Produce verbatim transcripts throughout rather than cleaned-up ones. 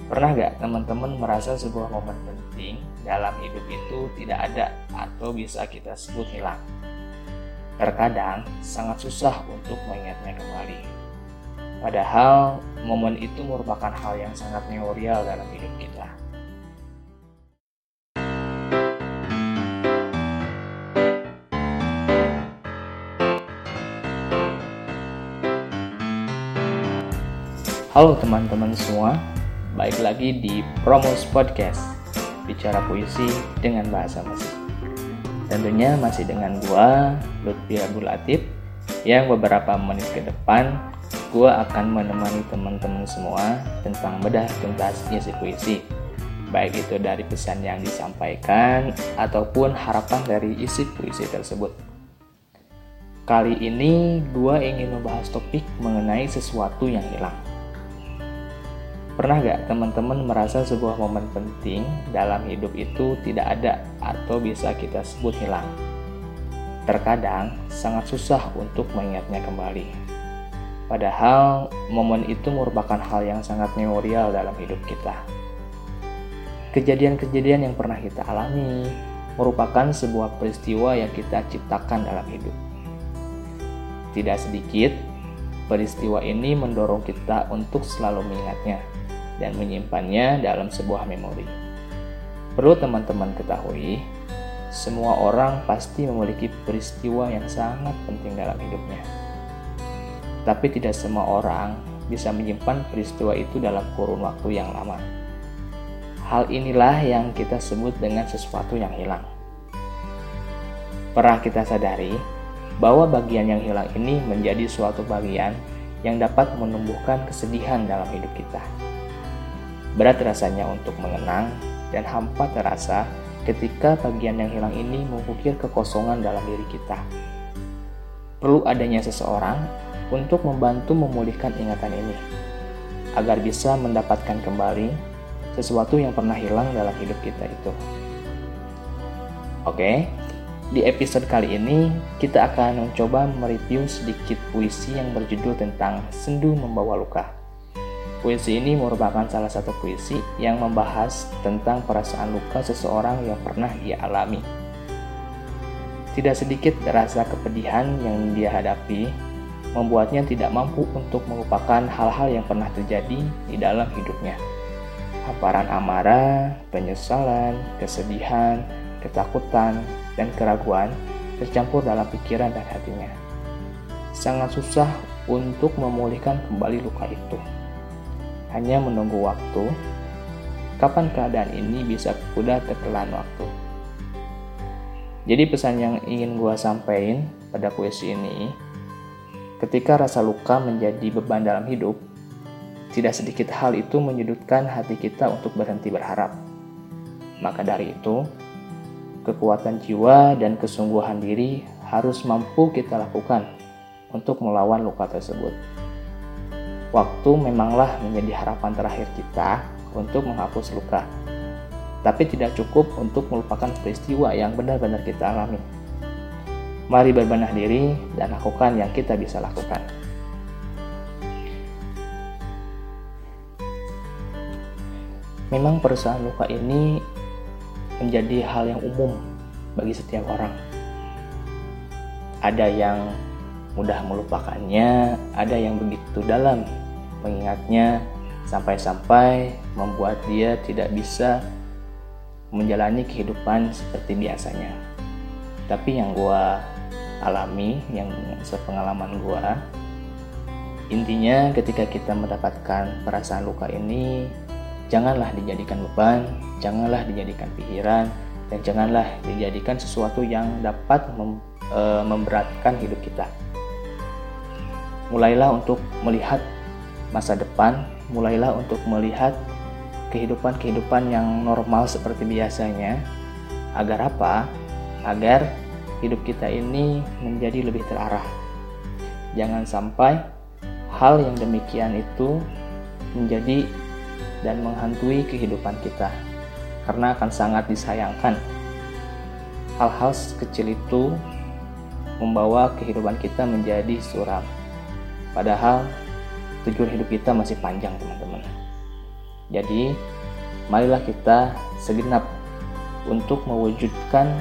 Pernah gak teman-teman merasa sebuah momen penting dalam hidup itu tidak ada atau bisa kita sebut hilang? Terkadang sangat susah untuk mengingatnya kembali. Padahal momen itu merupakan hal yang sangat memorial dalam hidup kita. Halo teman-teman semua, balik lagi di Promos Podcast, bicara puisi dengan bahasa musik. Tentunya masih dengan gua, Lutfi Abdul Latif, yang beberapa menit ke depan gua akan menemani teman-teman semua tentang bedah tuntas isi puisi, baik itu dari pesan yang disampaikan ataupun harapan dari isi puisi tersebut. Kali ini gua ingin membahas topik mengenai sesuatu yang hilang. Pernah gak teman-teman merasa sebuah momen penting dalam hidup itu tidak ada atau bisa kita sebut hilang? Terkadang sangat susah untuk mengingatnya kembali. Padahal momen itu merupakan hal yang sangat memorial dalam hidup kita. Kejadian-kejadian yang pernah kita alami merupakan sebuah peristiwa yang kita ciptakan dalam hidup. Tidak sedikit, peristiwa ini mendorong kita untuk selalu mengingatnya dan menyimpannya dalam sebuah memori. Perlu teman-teman ketahui, semua orang pasti memiliki peristiwa yang sangat penting dalam hidupnya. Tapi tidak semua orang bisa menyimpan peristiwa itu dalam kurun waktu yang lama. Hal inilah yang kita sebut dengan sesuatu yang hilang. Pernah kita sadari bahwa bagian yang hilang ini menjadi suatu bagian yang dapat menumbuhkan kesedihan dalam hidup kita. Berat rasanya untuk mengenang dan hampa terasa ketika bagian yang hilang ini mengukir kekosongan dalam diri kita. Perlu adanya seseorang untuk membantu memulihkan ingatan ini, agar bisa mendapatkan kembali sesuatu yang pernah hilang dalam hidup kita itu. Oke, di episode kali ini kita akan mencoba mereview sedikit puisi yang berjudul tentang Sendu Membawa Luka. Puisi ini merupakan salah satu puisi yang membahas tentang perasaan luka seseorang yang pernah dia alami. Tidak sedikit rasa kepedihan yang dia hadapi, membuatnya tidak mampu untuk melupakan hal-hal yang pernah terjadi di dalam hidupnya. Hamparan amarah, penyesalan, kesedihan, ketakutan, dan keraguan tercampur dalam pikiran dan hatinya. Sangat susah untuk memulihkan kembali luka itu. Hanya menunggu waktu, kapan keadaan ini bisa pudar tertelan waktu. Jadi pesan yang ingin gua sampaikan pada puisi ini, ketika rasa luka menjadi beban dalam hidup, tidak sedikit hal itu menyudutkan hati kita untuk berhenti berharap. Maka dari itu, kekuatan jiwa dan kesungguhan diri harus mampu kita lakukan untuk melawan luka tersebut. Waktu memanglah menjadi harapan terakhir kita untuk menghapus luka, tapi tidak cukup untuk melupakan peristiwa yang benar-benar kita alami. Mari berbenah diri dan lakukan yang kita bisa lakukan. Memang perasaan luka ini menjadi hal yang umum bagi setiap orang. Ada yang mudah melupakannya, ada yang begitu dalam mengingatnya sampai-sampai membuat dia tidak bisa menjalani kehidupan seperti biasanya. Tapi yang gua alami, yang sepengalaman gua, intinya ketika kita mendapatkan perasaan luka ini, janganlah dijadikan beban, janganlah dijadikan pikiran, dan janganlah dijadikan sesuatu yang dapat mem, e, memberatkan hidup kita. Mulailah untuk melihat masa depan, mulailah untuk melihat kehidupan-kehidupan yang normal seperti biasanya. Agar apa? Agar hidup kita ini menjadi lebih terarah. Jangan sampai hal yang demikian itu menjadi dan menghantui kehidupan kita, karena akan sangat disayangkan. Hal-hal kecil itu membawa kehidupan kita menjadi suram. Padahal tujuan hidup kita masih panjang, teman-teman. Jadi, marilah kita segenap untuk mewujudkan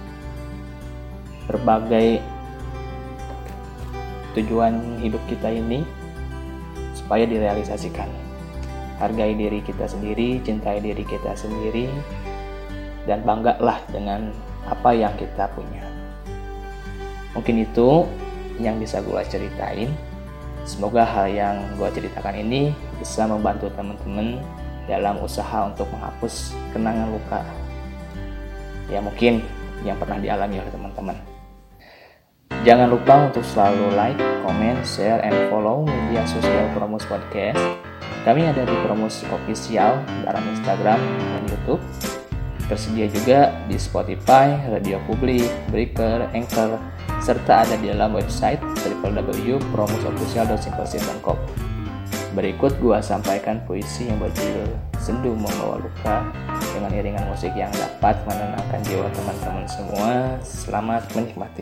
berbagai tujuan hidup kita ini supaya direalisasikan. Hargai diri kita sendiri, cintai diri kita sendiri, dan banggalah dengan apa yang kita punya. Mungkin itu yang bisa gue ceritain. Semoga hal yang gue ceritakan ini bisa membantu teman-teman dalam usaha untuk menghapus kenangan luka ya mungkin yang pernah dialami oleh teman-teman. Jangan lupa untuk selalu like, comment, share, and follow media sosial Promos Podcast. Kami ada di Promos Official dalam Instagram dan YouTube. Tersedia juga di Spotify, Radio Publik, Breaker, Anchor, serta ada di dalam website w w w titik promos official dot simplesin dot com. Berikut gua sampaikan puisi yang berjudul Sendu Membawa Luka dengan iringan musik yang dapat menenangkan jiwa teman-teman semua. Selamat menikmati.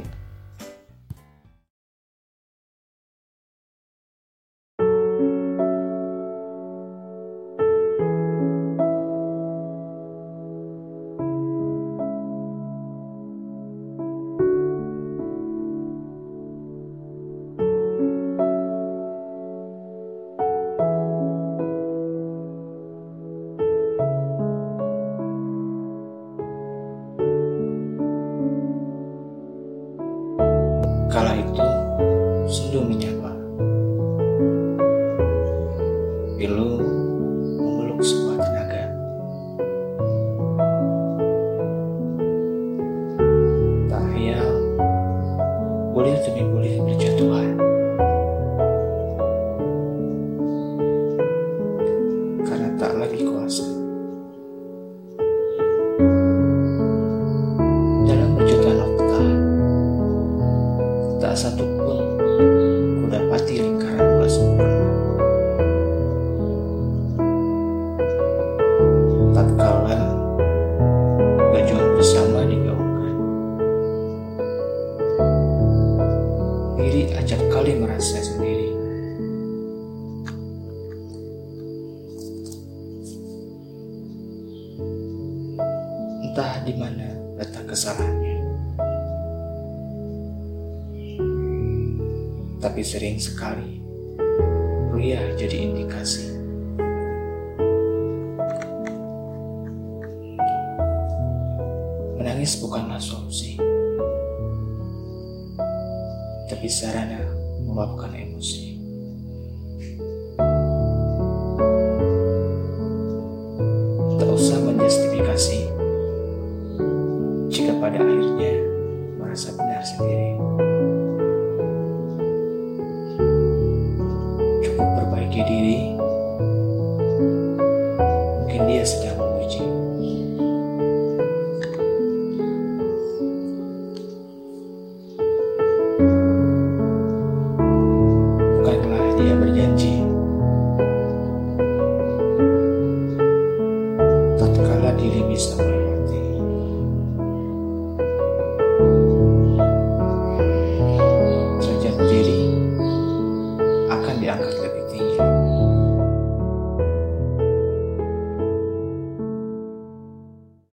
Kala itu, sendu menyapa. Pilu memeluk sebuah tenaga. Tak hayal, bulir demi bulir berjatuhan. Karena tak lagi kuasa. Dalam berjuta nokta, tak satu pun ku dapati lingkaran bola sempurna. Tatkala berjuang bersama digaungkan, diri acap kali merasa sendiri. Entah di mana letak kesalahannya, tapi sering sekali pria jadi indikasi. Menangis bukanlah solusi, tapi sarana meluapkan emosi. Tak usah menjustifikasi jika pada akhirnya merasa benar sendiri. Perbaiki diri, mungkin dia sedang menguji. Bukanlah dia berjanji, tatkala diri bisa